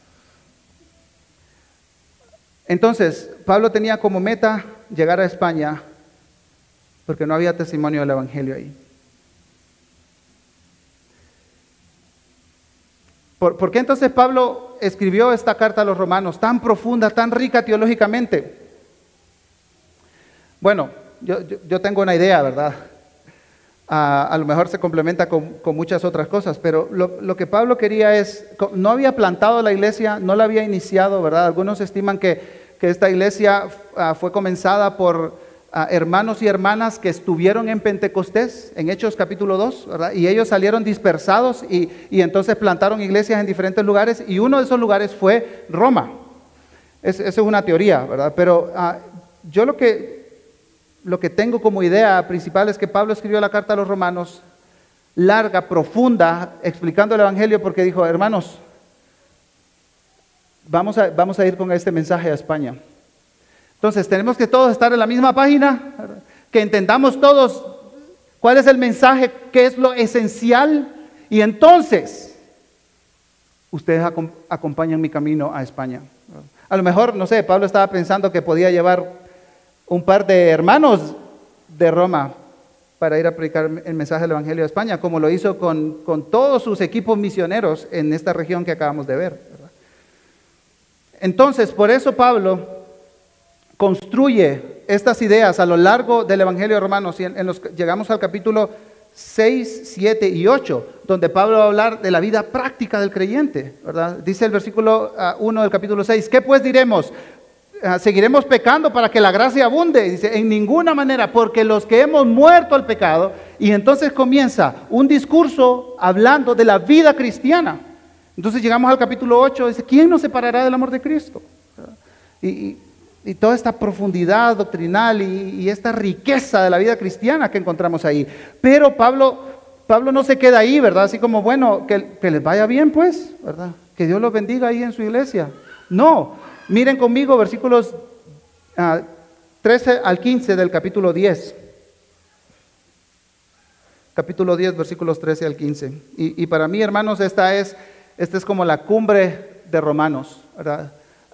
Entonces, Pablo tenía como meta llegar a España porque no había testimonio del Evangelio ahí. ¿Por qué entonces Pablo escribió esta carta a los romanos tan profunda, tan rica teológicamente? Bueno, yo tengo una idea, ¿verdad? A lo mejor se complementa con muchas otras cosas, pero lo que Pablo quería es, no había plantado la iglesia, no la había iniciado, ¿verdad? Algunos estiman que esta iglesia fue comenzada por hermanos y hermanas que estuvieron en Pentecostés, en Hechos capítulo 2, ¿verdad? Y ellos salieron dispersados y entonces plantaron iglesias en diferentes lugares, y uno de esos lugares fue Roma. Esa es una teoría, ¿verdad? Pero yo lo que tengo como idea principal es que Pablo escribió la carta a los romanos, larga, profunda, explicando el Evangelio, porque dijo, hermanos, vamos a ir con este mensaje a España. Entonces tenemos que todos estar en la misma página, que entendamos todos cuál es el mensaje, qué es lo esencial, y entonces ustedes acompañan mi camino a España. A lo mejor, no sé, Pablo estaba pensando que podía llevar un par de hermanos de Roma para ir a predicar el mensaje del Evangelio a España, como lo hizo con todos sus equipos misioneros en esta región que acabamos de ver, ¿verdad? Entonces, por eso Pablo construye estas ideas a lo largo del Evangelio de Romanos, y llegamos al capítulo 6, 7 y 8, donde Pablo va a hablar de la vida práctica del creyente, ¿verdad? Dice el versículo 1 del capítulo 6, ¿qué pues diremos? seguiremos pecando para que la gracia abunde. Dice, en ninguna manera, porque los que hemos muerto al pecado, y entonces comienza un discurso hablando de la vida cristiana. Entonces llegamos al capítulo 8, dice, ¿quién nos separará del amor de Cristo? Y toda esta profundidad doctrinal y esta riqueza de la vida cristiana que encontramos ahí. Pero Pablo no se queda ahí, ¿verdad? Así como, bueno, que les vaya bien, pues, ¿verdad? Que Dios los bendiga ahí en su iglesia. No, miren conmigo versículos 13 al 15 del capítulo 10. Capítulo 10, versículos 13 al 15. Y para mí, hermanos, esta es como la cumbre de Romanos, ¿verdad?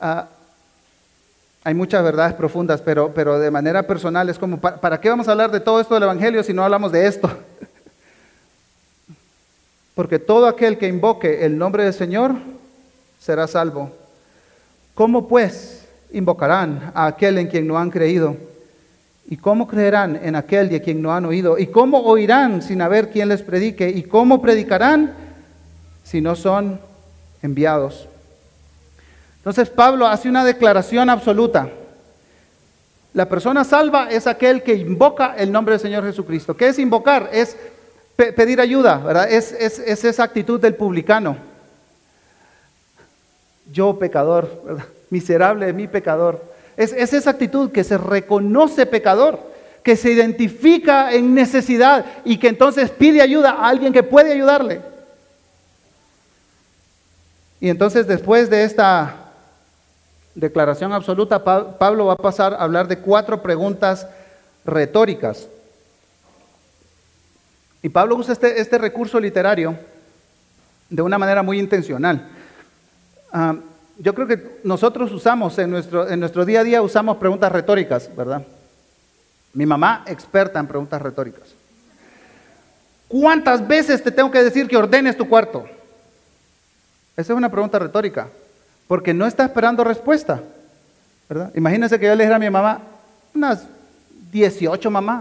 Hay muchas verdades profundas, pero de manera personal es como, ¿para qué vamos a hablar de todo esto del Evangelio si no hablamos de esto? Porque todo aquel que invoque el nombre del Señor será salvo. ¿Cómo pues invocarán a aquel en quien no han creído? ¿Y cómo creerán en aquel de quien no han oído? ¿Y cómo oirán sin haber quien les predique? ¿Y cómo predicarán si no son enviados? Entonces Pablo hace una declaración absoluta. La persona salva es aquel que invoca el nombre del Señor Jesucristo. ¿Qué es invocar? Es pedir ayuda, ¿verdad? Es esa actitud del publicano. Yo pecador, ¿verdad? Miserable de mi pecador. Es esa actitud que se reconoce pecador, que se identifica en necesidad y que entonces pide ayuda a alguien que puede ayudarle. Y entonces después de esta declaración absoluta, Pablo va a pasar a hablar de 4 preguntas retóricas. Y Pablo usa este recurso literario de una manera muy intencional. Yo creo que nosotros usamos en nuestro día a día usamos preguntas retóricas, ¿verdad? Mi mamá, experta en preguntas retóricas. ¿Cuántas veces te tengo que decir que ordenes tu cuarto? Esa es una pregunta retórica, porque no está esperando respuesta, ¿verdad? Imagínense que yo le dijera a mi mamá, unas 18, mamá.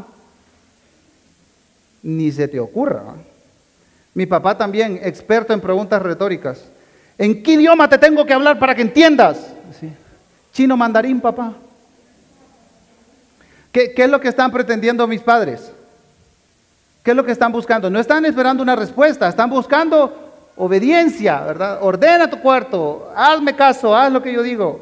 Ni se te ocurra, ¿no? Mi papá también, experto en preguntas retóricas. ¿En qué idioma te tengo que hablar para que entiendas? Sí. Chino mandarín, papá. ¿Qué es lo que están pretendiendo mis padres? ¿Qué es lo que están buscando? No están esperando una respuesta, están buscando obediencia, ¿verdad? Ordena tu cuarto, hazme caso, haz lo que yo digo.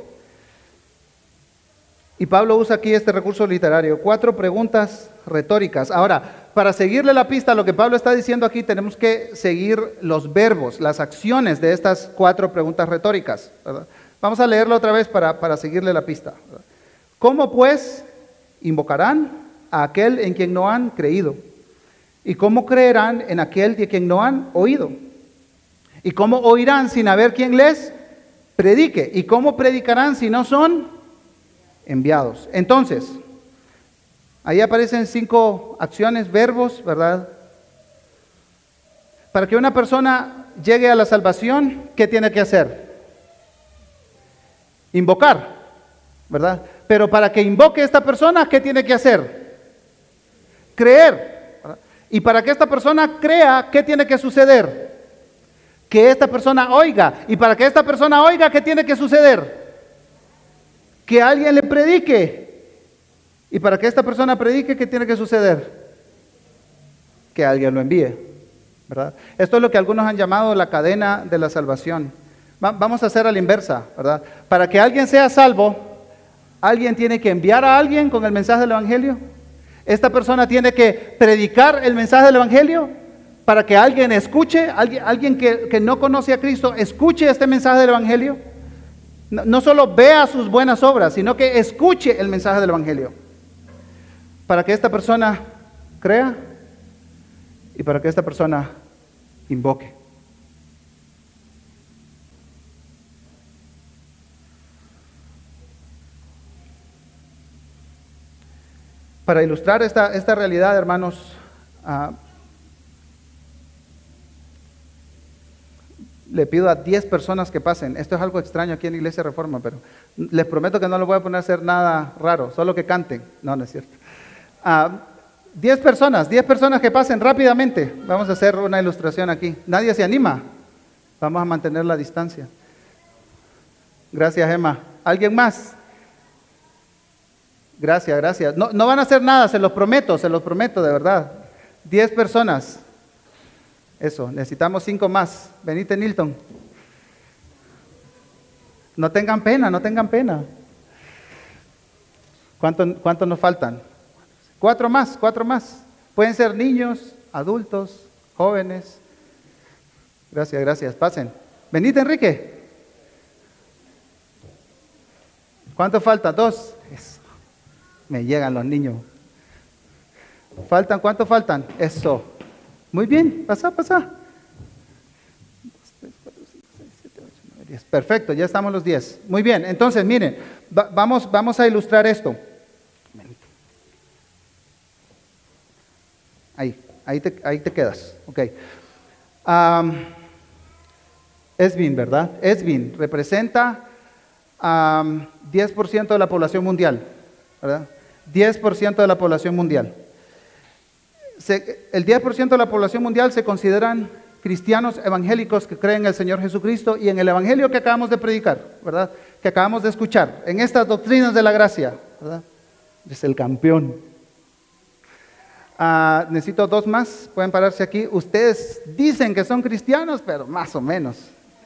Y Pablo usa aquí este recurso literario, 4 preguntas retóricas. Ahora, para seguirle la pista a lo que Pablo está diciendo aquí, tenemos que seguir los verbos, las acciones de estas 4 preguntas retóricas, ¿verdad? Vamos a leerlo otra vez para seguirle la pista, ¿verdad? ¿Cómo pues invocarán a aquel en quien no han creído? ¿Y cómo creerán en aquel de quien no han oído? ¿Y cómo oirán sin haber quien les predique? ¿Y cómo predicarán si no son enviados? Entonces, ahí aparecen 5 acciones, verbos, ¿verdad? Para que una persona llegue a la salvación, ¿qué tiene que hacer? Invocar, ¿verdad? Pero para que invoque esta persona, ¿qué tiene que hacer? Creer, ¿verdad? Y para que esta persona crea, ¿qué tiene que suceder? Que esta persona oiga. Y para que esta persona oiga, ¿qué tiene que suceder? Que alguien le predique. Y para que esta persona predique, ¿qué tiene que suceder? Que alguien lo envíe, ¿verdad? Esto es lo que algunos han llamado la cadena de la salvación. Vamos a hacer a la inversa, ¿verdad? Para que alguien sea salvo, alguien tiene que enviar a alguien con el mensaje del Evangelio. Esta persona tiene que predicar el mensaje del Evangelio para que alguien escuche, alguien que no conoce a Cristo, escuche este mensaje del Evangelio. No solo vea sus buenas obras, sino que escuche el mensaje del Evangelio. Para que esta persona crea y para que esta persona invoque. Para ilustrar esta realidad, hermanos, le pido a 10 personas que pasen. Esto es algo extraño aquí en la Iglesia Reforma, pero les prometo que no les voy a poner a hacer nada raro, solo que canten. No es cierto. 10 personas que pasen rápidamente. Vamos a hacer una ilustración aquí. Nadie se anima. Vamos a mantener la distancia. Gracias, Emma. ¿Alguien más? Gracias, gracias. No, no van a hacer nada, se los prometo, de verdad. 10 personas. Eso, necesitamos 5 más. Venite, Nilton. No tengan pena, no tengan pena. ¿Cuántos nos faltan? 4 más, 4 más. Pueden ser niños, adultos, jóvenes. Gracias, gracias. Pasen. Venite, Enrique. ¿Cuántos faltan? 2. Eso. Me llegan los niños. ¿Cuántos faltan? Eso. Muy bien, pasa. 2, 3, 4, 5, 6, 7, 8, 9, 10. Perfecto, ya estamos los 10. Muy bien, entonces miren, vamos a ilustrar esto. Ahí te quedas. Ok. Esvin, ¿verdad? Esvin representa 10% de la población mundial, ¿verdad? 10% de la población mundial. El 10% de la población mundial se consideran cristianos evangélicos que creen en el Señor Jesucristo y en el evangelio que acabamos de predicar, ¿verdad? Que acabamos de escuchar, en estas doctrinas de la gracia, ¿verdad? Es el campeón. Necesito 2 más, pueden pararse aquí. Ustedes dicen que son cristianos, pero más o menos.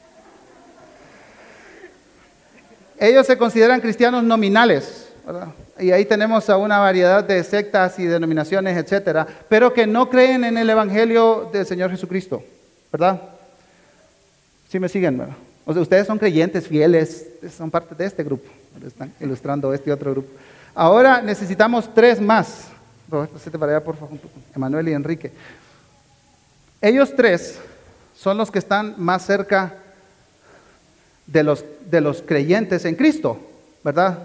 Ellos se consideran cristianos nominales, ¿verdad? Y ahí tenemos a una variedad de sectas y denominaciones, etcétera, pero que no creen en el evangelio del Señor Jesucristo, ¿verdad? ¿Sí me siguen, verdad? O sea, ustedes son creyentes fieles, son parte de este grupo, están ilustrando este otro grupo. Ahora necesitamos 3 más. Pásate para allá, por favor, junto con Emanuel y Enrique. Ellos 3 son los que están más cerca de los creyentes en Cristo, ¿verdad?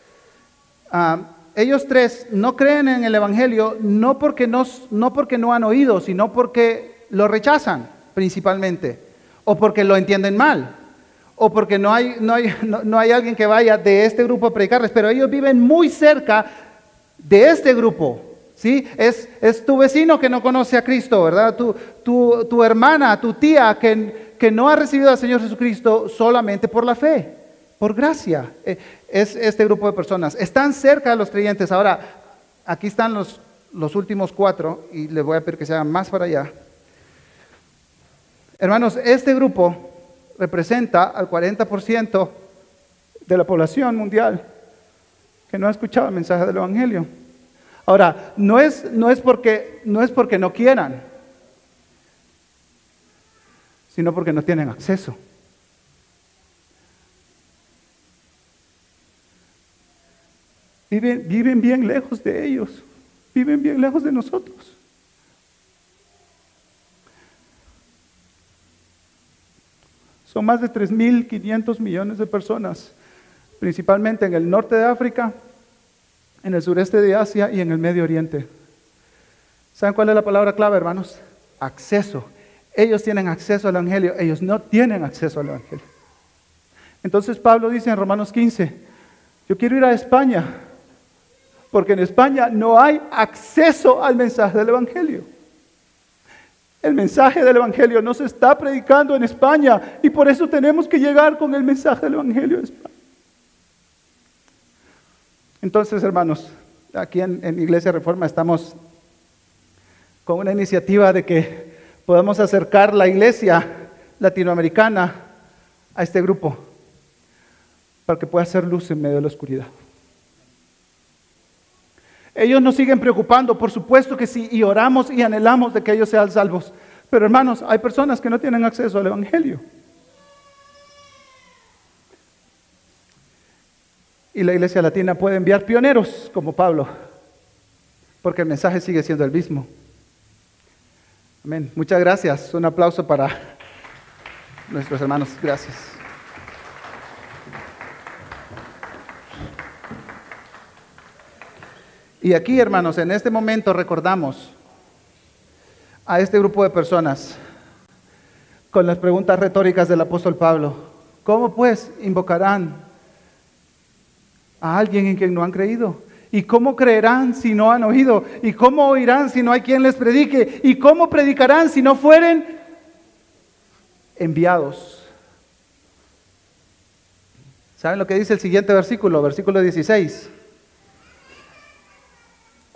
Ellos 3 no creen en el evangelio no porque no han oído, sino porque lo rechazan principalmente, o porque lo entienden mal, o porque no hay alguien que vaya de este grupo a predicarles, pero ellos viven muy cerca de este grupo, ¿sí? Es tu vecino que no conoce a Cristo, ¿verdad? Tu hermana, tu tía que no ha recibido al Señor Jesucristo solamente por la fe, por gracia. Es este grupo de personas. Están cerca de los creyentes. Ahora, aquí están los últimos 4 y les voy a pedir que se hagan más para allá. Hermanos, este grupo representa al 40% de la población mundial que no ha escuchado el mensaje del evangelio. Ahora, no es porque no quieran, sino porque no tienen acceso. Viven bien lejos de ellos, viven bien lejos de nosotros. Son más de 3.500 millones de personas, principalmente en el norte de África, en el sureste de Asia y en el Medio Oriente. ¿Saben cuál es la palabra clave, hermanos? Acceso. Ellos tienen acceso al evangelio, ellos no tienen acceso al evangelio. Entonces Pablo dice en Romanos 15, yo quiero ir a España, porque en España no hay acceso al mensaje del evangelio. El mensaje del evangelio no se está predicando en España y por eso tenemos que llegar con el mensaje del evangelio a España. Entonces, hermanos, aquí en Iglesia Reforma estamos con una iniciativa de que podamos acercar la iglesia latinoamericana a este grupo para que pueda hacer luz en medio de la oscuridad. Ellos nos siguen preocupando, por supuesto que sí, y oramos y anhelamos de que ellos sean salvos. Pero hermanos, hay personas que no tienen acceso al evangelio. Y la iglesia latina puede enviar pioneros como Pablo, porque el mensaje sigue siendo el mismo. Amén. Muchas gracias. Un aplauso para nuestros hermanos. Gracias. Y aquí, hermanos, en este momento recordamos a este grupo de personas con las preguntas retóricas del apóstol Pablo. ¿Cómo pues invocarán a alguien en quien no han creído? ¿Y cómo creerán si no han oído? ¿Y cómo oirán si no hay quien les predique? ¿Y cómo predicarán si no fueren enviados? ¿Saben lo que dice el siguiente versículo? Versículo 16.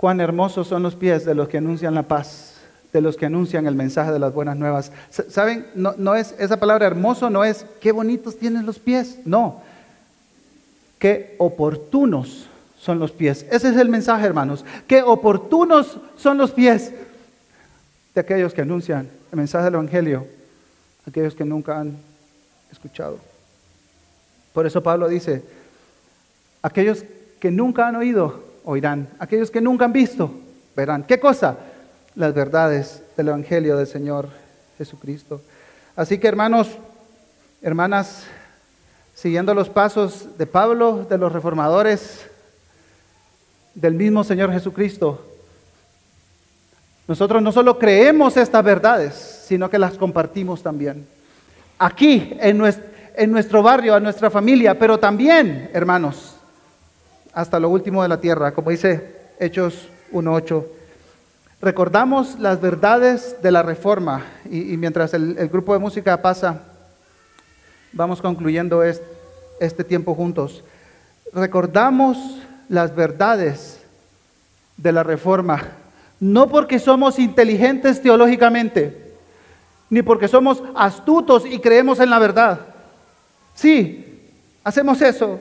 Cuán hermosos son los pies de los que anuncian la paz, de los que anuncian el mensaje de las buenas nuevas. ¿Saben? No es, esa palabra hermoso no es qué bonitos tienen los pies, no. Qué oportunos son los pies. Ese es el mensaje, hermanos. Qué oportunos son los pies de aquellos que anuncian el mensaje del Evangelio, aquellos que nunca han escuchado. Por eso Pablo dice, aquellos que nunca han oído, oirán. Aquellos que nunca han visto, verán. ¿Qué cosa? Las verdades del Evangelio del Señor Jesucristo. Así que, hermanos, hermanas, siguiendo los pasos de Pablo, de los reformadores, del mismo Señor Jesucristo, nosotros no solo creemos estas verdades, sino que las compartimos también. Aquí, en nuestro barrio, en nuestra familia, pero también, hermanos, hasta lo último de la tierra, como dice Hechos 1:8. Recordamos las verdades de la Reforma y mientras el grupo de música pasa, vamos concluyendo este tiempo juntos. Recordamos las verdades de la Reforma, no porque somos inteligentes teológicamente, ni porque somos astutos y creemos en la verdad. Sí, hacemos eso.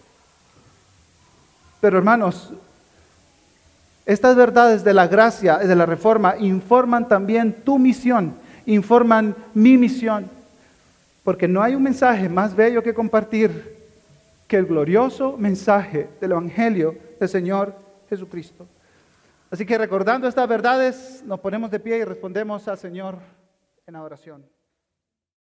Pero hermanos, estas verdades de la gracia y de la Reforma informan también tu misión, informan mi misión, porque no hay un mensaje más bello que compartir que el glorioso mensaje del Evangelio del Señor Jesucristo. Así que recordando estas verdades, nos ponemos de pie y respondemos al Señor en oración.